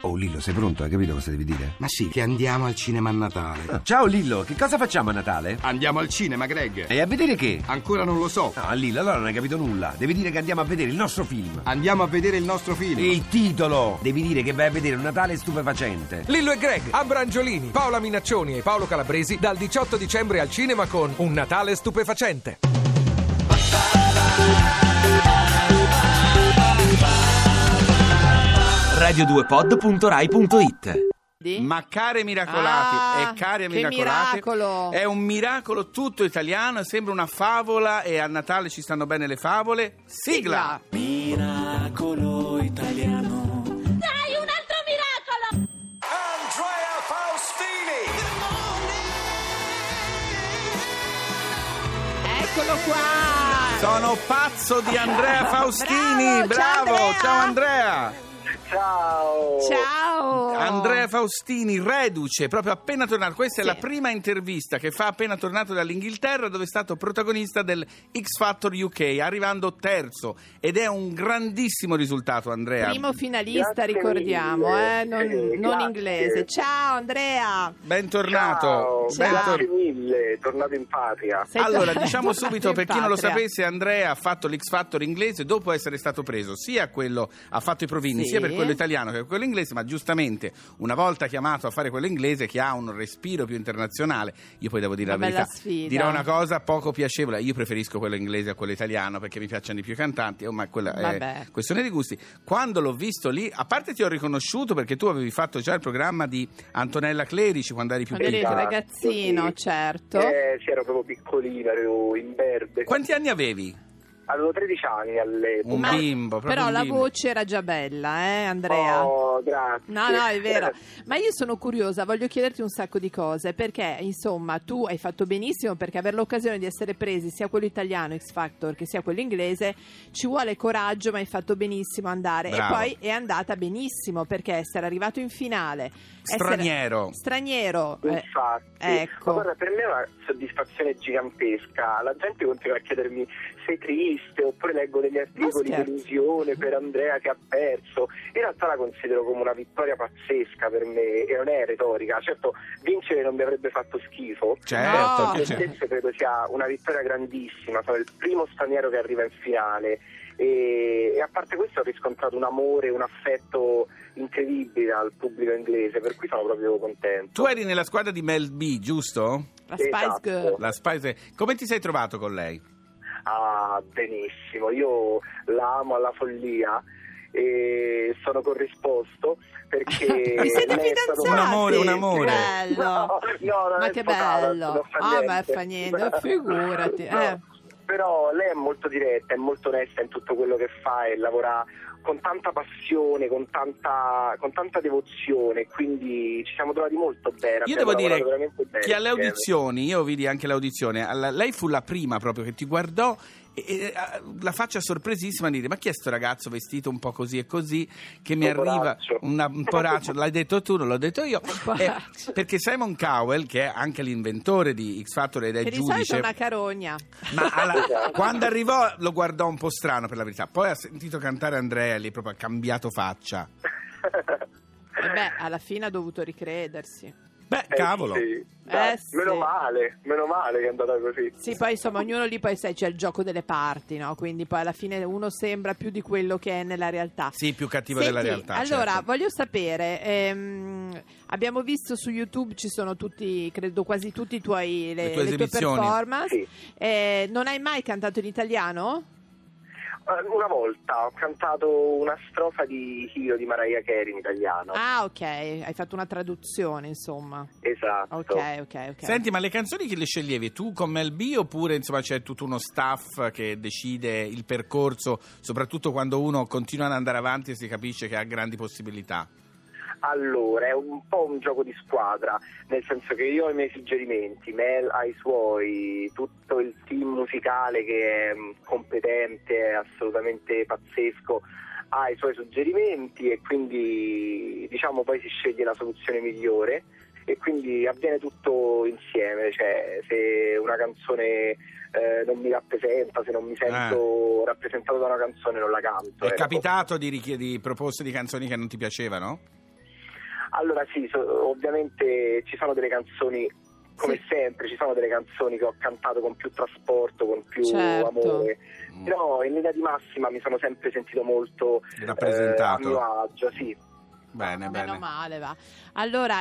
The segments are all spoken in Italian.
Oh Lillo, sei pronto? Hai capito cosa devi dire? Ma sì, che andiamo al cinema a Natale. Ciao Lillo, che cosa facciamo a Natale? Andiamo al cinema, Greg. E a vedere che? Ancora non lo so. No, Lillo, allora non hai capito nulla. Devi dire che andiamo a vedere il nostro film. Andiamo a vedere il nostro film. Il titolo! Devi dire che vai a vedere un Natale stupefacente. Lillo e Greg, Ambra Angiolini, Paola Minaccioni e Paolo Calabresi dal 18 dicembre al cinema con Un Natale stupefacente. radio2pod.rai.it. Ma care miracolati e care che miracolate, miracolo. è un miracolo tutto italiano, sembra una favola e a Natale ci stanno bene le favole. Sigla! Miracolo italiano. Dai, un altro miracolo! Andrea Faustini. Eccolo qua. Sono pazzo di Andrea Faustini, Bravo, bravo, ciao, Andrea! Ciao. Andrea Faustini, reduce, proprio appena tornato. Questa è Sì. la prima intervista che fa appena tornato dall'Inghilterra, dove è stato protagonista del X Factor UK, arrivando terzo. Ed è un grandissimo risultato, Andrea. Primo finalista, Grazie ricordiamo, non grazie. inglese. Ciao Andrea. Bentornato. Ciao, grazie mille, tornato in patria. Sei Allora, tornato diciamo in subito, per chi non lo patria. sapesse, Andrea ha fatto l'X Factor inglese dopo essere stato preso sia quello, ha fatto i provini, Sì. sia per quello italiano che per quello inglese, ma giustamente una volta chiamato a fare quello inglese, che ha un respiro più internazionale, io poi devo dire Una la bella verità, sfida. dirò una cosa poco piacevole, io preferisco quello inglese a quello italiano perché mi piacciono di più i cantanti, ma quella Vabbè. è questione di gusti. Quando l'ho visto lì, a parte ti ho riconosciuto perché tu avevi fatto già il programma di Antonella Clerici quando eri più Quando eri piccola. ragazzino, sì. certo. Sì, ero proprio piccolino, ero in verde. Quanti anni avevi? Avevo 13 anni all'epoca. Un Ma- bimbo, proprio Però un la bimbo. voce era già bella, Andrea? Oh, grazie. No, è vero. Ma io sono curiosa, voglio chiederti un sacco di cose, perché insomma tu hai fatto benissimo, perché avere l'occasione di essere presi sia quello italiano X Factor che sia quello inglese ci vuole coraggio, ma hai fatto benissimo andare. Bravo. E poi è andata benissimo, perché essere arrivato in finale, straniero, Infatti. ecco. Ma guarda, per me è una soddisfazione gigantesca. La gente continua a chiedermi: sei triste? Oppure leggo degli articoli di scherzi. delusione per Andrea che ha perso. In realtà la considero come una vittoria pazzesca per me, e non è retorica. Certo, vincere non mi avrebbe fatto schifo. Certo, No. che Per c'è. stesso credo sia una vittoria grandissima. Sono il primo straniero che arriva in finale. E a parte questo ho riscontrato un amore, un affetto incredibile dal pubblico inglese, per cui sono proprio contento. Tu eri nella squadra di Mel B, giusto? La Spice Esatto. Girl. La Spice. Come ti sei trovato con lei? Ah, benissimo, io la amo alla follia e sono corrisposto perché Vi siete lei è stato fidanzati? Un amore. Che bello. No, non Ma è che sposata, bello. non fa Ah, niente. ma fa niente, figurati. No. Però lei è molto diretta, è molto onesta in tutto quello che fa e lavora con tanta passione, con tanta devozione, quindi ci siamo trovati molto bene. Io abbiamo devo dire lavorato veramente bene che alle insieme. audizioni, io vidi anche l'audizione, lei fu la prima proprio che ti guardò e la faccia sorpresissima di dire: ma chi è sto ragazzo vestito un po' così e così che mi Un arriva poraccio. un poraccio? L'hai detto tu, non l'ho detto io. poraccio. Perché Simon Cowell, che è anche l'inventore di X Factor ed è Che di solito giudice, è una carogna. ma Esatto. quando arrivò lo guardò un po' strano, per la verità. Poi ha sentito cantare Andrea, lì proprio ha cambiato faccia. E beh, alla fine ha dovuto ricredersi. Beh, cavolo. Sì. Dai, sì. meno male che è andata così. Sì, poi insomma ognuno lì poi sai c'è il gioco delle parti, no? Quindi poi alla fine uno sembra più di quello che è nella realtà. Sì, più cattivo Senti, della realtà. allora, certo. voglio sapere, abbiamo visto su YouTube, ci sono tutti, credo quasi tutti i tuoi, Le tue le tue esibizioni. performance. Sì. Non hai mai cantato in italiano? Una volta ho cantato una strofa di Hero di Mariah Carey in italiano. Ah, ok, hai fatto una traduzione, insomma. Esatto. Ok. Senti, ma le canzoni che le sceglievi tu con Mel B oppure insomma c'è tutto uno staff che decide il percorso, soprattutto quando uno continua ad andare avanti e si capisce che ha grandi possibilità? Allora, è un po' un gioco di squadra, nel senso che io ho i miei suggerimenti, Mel ha i suoi, tutto il team musicale che è competente, è assolutamente pazzesco, ha i suoi suggerimenti e quindi diciamo poi si sceglie la soluzione migliore e quindi avviene tutto insieme, cioè se una canzone non mi rappresenta, se non mi sento rappresentato da una canzone non la canto. È capitato di proposte di canzoni che non ti piacevano? Allora sì, ovviamente ci sono delle canzoni, come sempre, ci sono delle canzoni che ho cantato con più trasporto, con più amore, però in linea di massima mi sono sempre sentito molto rappresentato. A mio agio, sì. Bene, Meno male, va. Allora,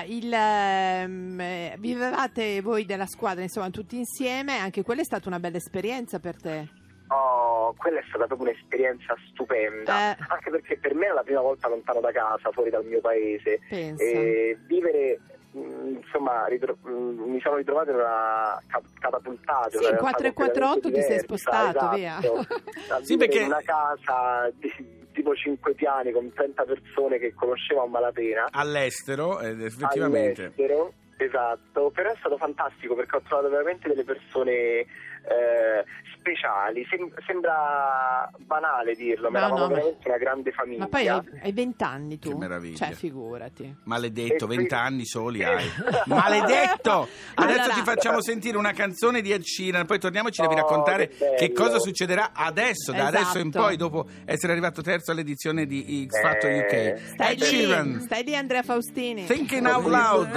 vivevate voi della squadra, insomma, tutti insieme, anche quella è stata una bella esperienza per te. Oh, quella è stata proprio un'esperienza stupenda, anche perché per me era la prima volta lontano da casa, fuori dal mio paese. Pensa. E vivere, insomma, mi sono ritrovato in una catapultato. Sì, in 448 ti sei spostato, via. Sì, perché in una casa tipo 5 piani con 30 persone che conoscevo a malapena. All'estero, effettivamente. All'estero, esatto, però è stato fantastico perché ho trovato veramente delle persone speciali. Sembra banale dirlo, ma eravamo veramente una grande famiglia. Ma poi hai 20 anni tu? Che meraviglia. Cioè, figurati. Maledetto, 20 anni soli hai. Maledetto! Adesso ti facciamo sentire una canzone di Ed Sheeran, poi torniamo e ci devi raccontare che cosa succederà adesso, da adesso in poi, dopo essere arrivato terzo all'edizione di X Factor UK. Ed Sheeran. Stai lì, Andrea Faustini. Thinking Out Loud.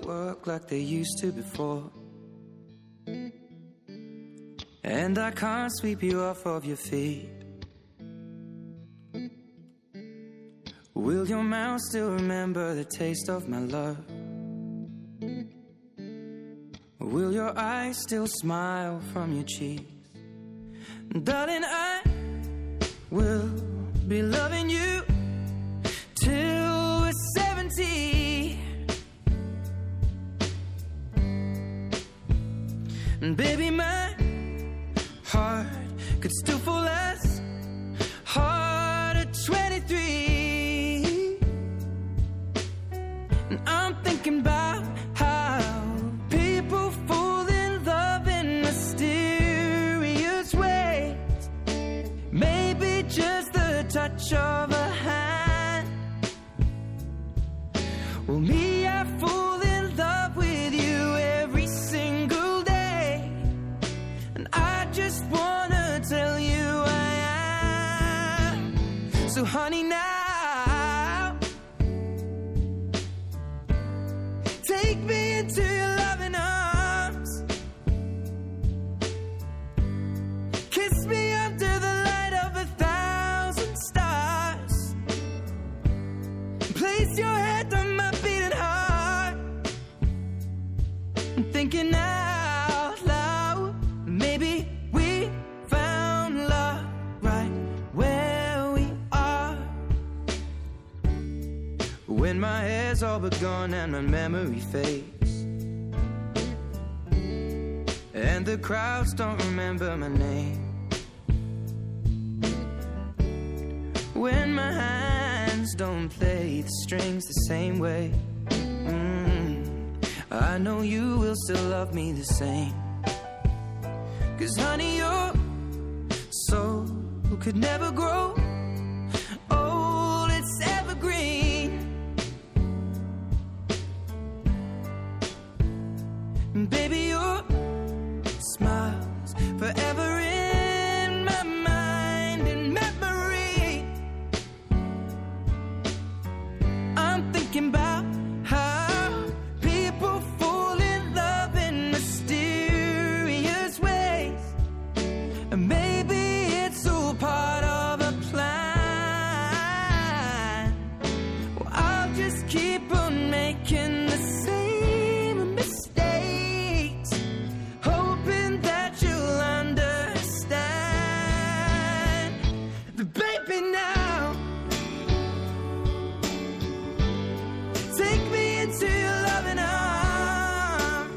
And I can't sweep you off of your feet. Will your mouth still remember the taste of my love? Will your eyes still smile from your cheeks? Darling, I will be loving you till we're 70. And baby, my heart could still fall as hard at 23. And I'm thinking about how people fall in love in mysterious ways. Maybe just the touch of a hand. Well, me, I fall in love with you every single day. And I just wanna tell you I am. So honey, now take me into your loving arms. Kiss me under the light of 1,000 stars. Place your head on my beating heart. I'm thinking out loud. Maybe we found love right where we are. When my hair's all but gone and my memory fades, and the crowds don't remember my name. When my hands don't play the strings the same way, I know you will still love me the same. 'Cause honey, your soul could never grow old, it's evergreen. And baby, your smile's forever in my mind and memory. I'm thinking about how people fall in love in mysterious ways. And maybe it's all part of a plan. Well, I'll just keep on making the same mistakes, hoping that you'll understand. But baby, now take me into your loving arms.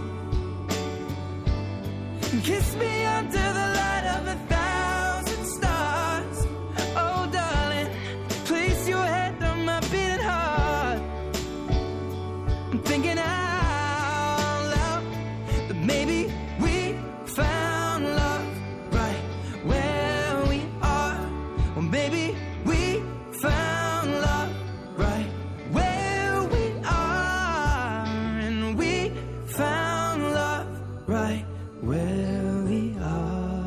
Kiss me under the light of 1,000 stars. Oh, darling, place your head on my beating heart. I'm thinking out loud that maybe we found love right where we are. Or maybe we found love right where we are. And we found love right where we are.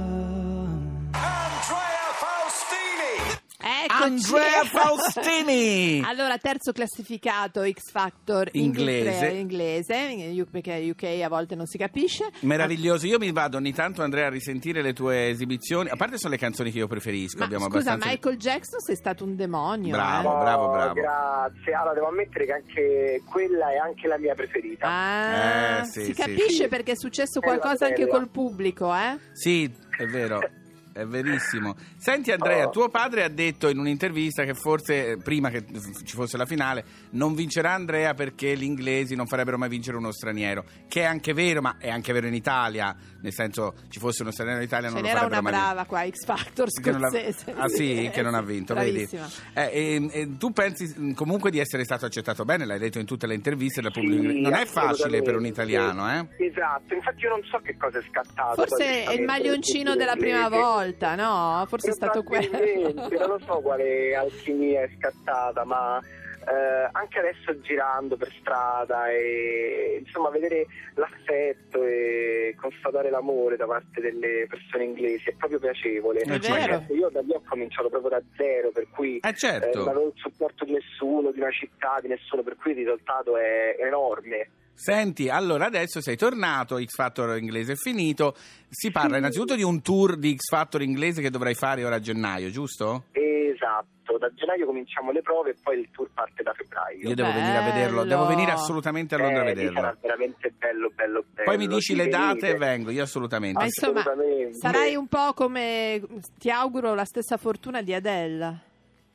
Andrea Faustini. Allora, terzo classificato X Factor Inglese, perché UK a volte non si capisce. Meraviglioso. Io mi vado ogni tanto, Andrea, a risentire le tue esibizioni. A parte sono le canzoni che io preferisco. Ma abbiamo scusa, abbastanza... Michael Jackson sei stato un demonio. Bravo, bravo. Grazie. Allora, devo ammettere che anche quella è anche la mia preferita. Ah, sì, si sì, capisce sì. perché è successo Bella, qualcosa anche bella. col pubblico, eh? Sì, è vero. È verissimo. Senti Andrea, tuo padre ha detto in un'intervista che forse prima che ci fosse la finale non vincerà Andrea perché gli inglesi non farebbero mai vincere uno straniero, che è anche vero, ma è anche vero in Italia, nel senso ci fosse uno straniero in Italia non Ce lo n'era farebbero una mai brava qua, X Factor Che non l'ha- scozzese. Ah sì, che non ha vinto, vedi. Bravissima. E tu pensi comunque di essere stato accettato bene, l'hai detto in tutte le interviste dal Sì, pubblico. Non è facile assolutamente. per un italiano, eh? Esatto, infatti io non so che cosa è scattato. Forse è il maglioncino della prima volta, no? Forse è stato quello. Probabilmente, non lo so quale alchimia è scattata, ma anche adesso girando per strada e insomma vedere l'affetto e constatare l'amore da parte delle persone inglesi è proprio piacevole. È Ma vero. certo, io da lì ho cominciato proprio da zero, per cui Certo. non avevo il supporto di nessuno, di una città, di nessuno, per cui il risultato è enorme. Senti, allora adesso sei tornato, X Factor inglese è finito, si parla innanzitutto di un tour di X Factor inglese che dovrai fare ora a gennaio, giusto? Esatto, da gennaio cominciamo le prove e poi il tour parte da febbraio. Io devo venire a vederlo, devo venire assolutamente a Londra a Sarà vederlo. veramente bello. Poi mi dici Ci le date venite. e vengo, io assolutamente. Ma insomma, Assolutamente. sarai un po' come, ti auguro, la stessa fortuna di Adele.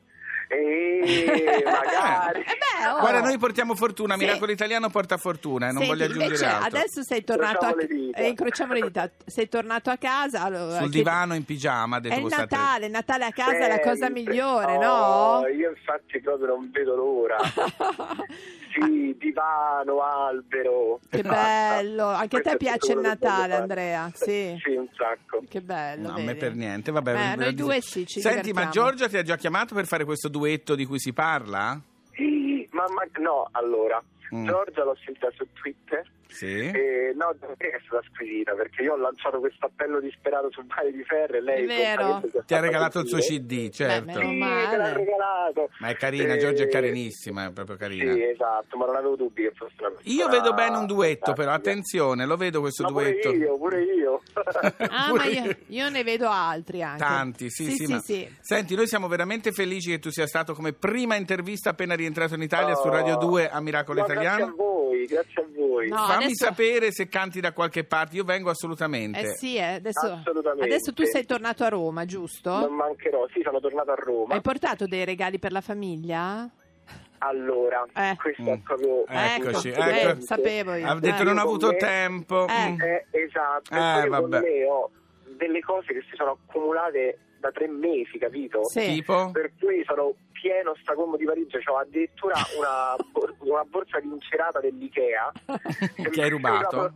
Magari. Oh. Guarda, noi portiamo fortuna, Sì. Miracolo Italiano porta fortuna, non Senti, voglio aggiungere invece altro. adesso sei tornato Incrociamo le dita. sei tornato a casa allora, Sul divano in pigiama, ha detto è il questa Natale, Natale a casa è la cosa Sempre. migliore, Oh, no? io infatti proprio non vedo l'ora. Sì, divano, albero. Che Basta. bello, anche a te Questo è piace tutto il quello che voglio Natale, fare. Andrea? Sì. Sì, un sacco. Che bello, No, a me vedi? per niente, vabbè. Noi due sì, ci Senti, ma divertiamo. Giorgia ti ha già chiamato per fare questo duetto di cui si parla? Ma no, allora, Mm. Giorgia l'ho sentita su Twitter. Sì. No, devo dire che è stata squisita perché io ho lanciato questo appello disperato sul Valle di Ferro e lei È vero. prontamente si è Ti ha fatta regalato il suo sentire. CD, certo. meno Sì, male. te l'ha regalato. Ma è carina, Giorgia è carinissima, è proprio carina. Sì, esatto, ma non avevo dubbi che fosse una persona. Io vedo bene un duetto, però fantastica. attenzione, lo vedo questo Ma duetto. pure io. Ah, Pure ma io ne vedo altri anche. Tanti, sì, sì, ma... sì. Senti, noi siamo veramente felici che tu sia stato come prima intervista appena rientrato in Italia su Oh. Radio 2 a Miracolo No, Italiano. grazie a voi. No, Fammi adesso- sapere se canti da qualche parte, io vengo assolutamente. Sì, adesso Assolutamente. tu sei tornato a Roma, giusto? Non mancherò, sì, sono tornato a Roma. Hai portato dei regali per la famiglia? Allora, questo è proprio... Eccoci, Ecco, ecco. sapevo io. Ha detto non ho Con avuto me- tempo. Esatto, e poi io con vabbè. me ho delle cose che si sono accumulate da 3 mesi, capito? Sì. Tipo? Per cui sono pieno stracolmo di valigia, c'ho addirittura una borsa di incerata dell'Ikea Che hai rubato?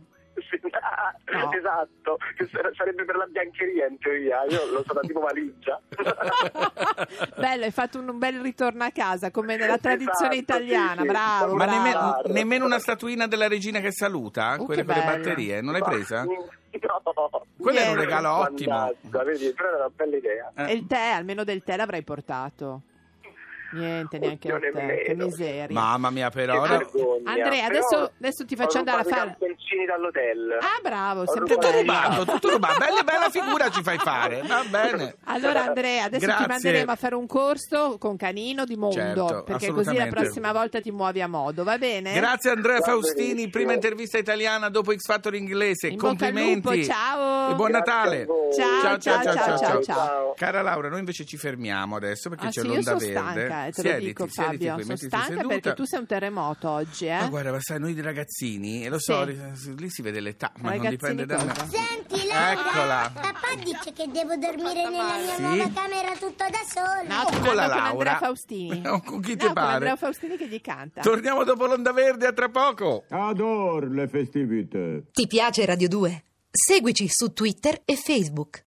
No. Esatto, che sarebbe per la biancheria in teoria, io lo so da tipo valigia. Bello, hai fatto un bel ritorno a casa, come nella tradizione Esatto, italiana, sì, sì. bravo. Ma bravo. nemmeno una statuina della regina che saluta? Quelle che con le bello. batterie, non l'hai presa? No. Quello è un Niente. regalo ottimo. Mannaggia, vedi, però è una bella idea. E il tè, almeno del tè l'avrai portato. Niente, neanche Oddio, il tè, che nemmeno. miseria. Mamma mia, però. Che vergogna. Andrea, Però adesso ti ho faccio andare a rubato i fare... camponcini dall'hotel. Ah, bravo, Ho sempre Tutto bello. rubato, tutto rubato. Bella figura ci fai fare, va bene. Allora Andrea, adesso Grazie. ti manderemo a fare un corso con Canino di mondo, Certo, perché così la assolutamente. prossima volta ti muovi a modo, va bene? Grazie Andrea Va Faustini, benissimo. prima intervista italiana dopo X Factor inglese. In bocca al Complimenti. lupo, ciao. E buon Grazie Natale. a voi. Ciao. Cara Laura, noi invece ci fermiamo adesso perché Ah c'è sì, io l'onda sono stanca, verde. te lo dico siediti Fabio, qui, sono mettiti stanca seduta. perché tu sei un terremoto oggi, Ma guarda, ma sai, noi ragazzini, e lo so, Sì. lì si vede l'età, ma non Ragazzini dipende da me. cosa? Senti, Laura, Eccola. papà dice che devo dormire nella mia Sì? nuova camera tutta da sola. No, ti Con la mando con Andrea Laura. Faustini. No, con chi ti No, pare. con Andrea Faustini che gli canta. Torniamo dopo l'onda verde, a tra poco. Adore le festività. Ti piace Radio 2? Seguici su Twitter e Facebook.